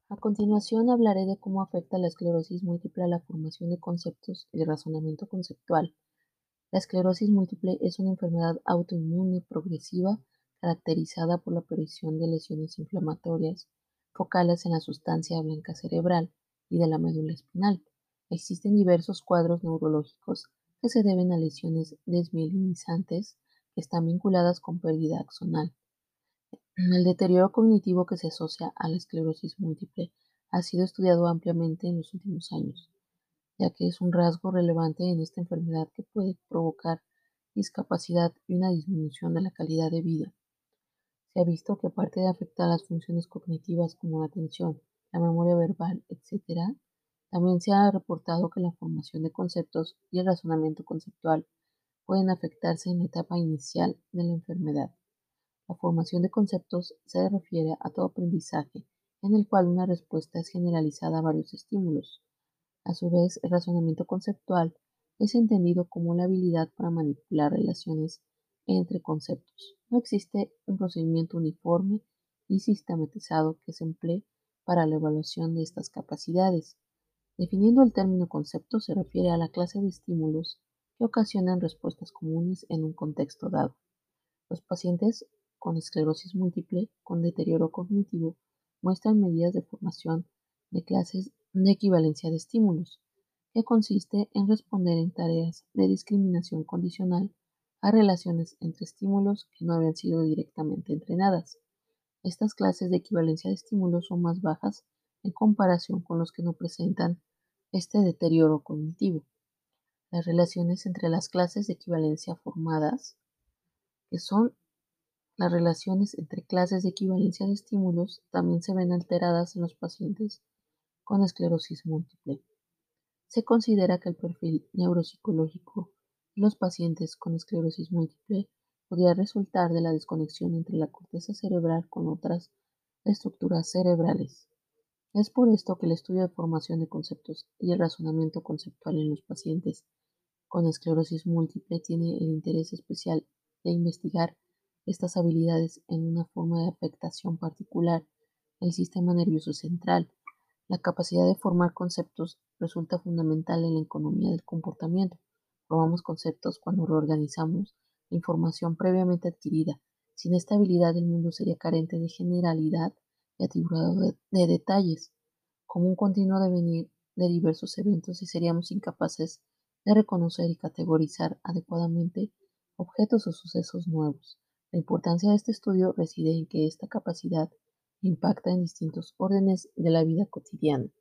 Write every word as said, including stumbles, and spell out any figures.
A continuación hablaré de cómo afecta la esclerosis múltiple a la formación de conceptos y razonamiento conceptual. La esclerosis múltiple es una enfermedad autoinmune progresiva caracterizada por la aparición de lesiones inflamatorias focales en la sustancia blanca cerebral y de la médula espinal. Existen diversos cuadros neurológicos que se deben a lesiones desmielinizantes que están vinculadas con pérdida axonal. El deterioro cognitivo que se asocia a la esclerosis múltiple ha sido estudiado ampliamente en los últimos años, ya que es un rasgo relevante en esta enfermedad que puede provocar discapacidad y una disminución de la calidad de vida. Se ha visto que aparte de afectar las funciones cognitivas como la atención, la memoria verbal, etcétera, también se ha reportado que la formación de conceptos y el razonamiento conceptual pueden afectarse en la etapa inicial de la enfermedad. La formación de conceptos se refiere a todo aprendizaje en el cual una respuesta es generalizada a varios estímulos. A su vez, el razonamiento conceptual es entendido como la habilidad para manipular relaciones entre conceptos. No existe un procedimiento uniforme y sistematizado que se emplee para la evaluación de estas capacidades. Definiendo el término concepto se refiere a la clase de estímulos que ocasionan respuestas comunes en un contexto dado. Los pacientes con esclerosis múltiple con deterioro cognitivo muestran medidas de formación de clases de equivalencia de estímulos, que consiste en responder en tareas de discriminación condicional a relaciones entre estímulos que no habían sido directamente entrenadas. Estas clases de equivalencia de estímulos son más bajas en comparación con los que no presentan este deterioro cognitivo. Las relaciones entre las clases de equivalencia formadas, que son las relaciones entre clases de equivalencia de estímulos, también se ven alteradas en los pacientes con esclerosis múltiple. Se considera que el perfil neuropsicológico de los pacientes con esclerosis múltiple podría resultar de la desconexión entre la corteza cerebral con otras estructuras cerebrales. Es por esto que el estudio de formación de conceptos y el razonamiento conceptual en los pacientes con esclerosis múltiple tiene el interés especial de investigar estas habilidades en una forma de afectación particular, el sistema nervioso central. La capacidad de formar conceptos resulta fundamental en la economía del comportamiento. Formamos conceptos cuando reorganizamos la información previamente adquirida. Sin esta habilidad el mundo sería carente de generalidad y atribuido de, de detalles, como un continuo devenir de diversos eventos y seríamos incapaces de reconocer y categorizar adecuadamente objetos o sucesos nuevos. La importancia de este estudio reside en que esta capacidad impacta en distintos órdenes de la vida cotidiana.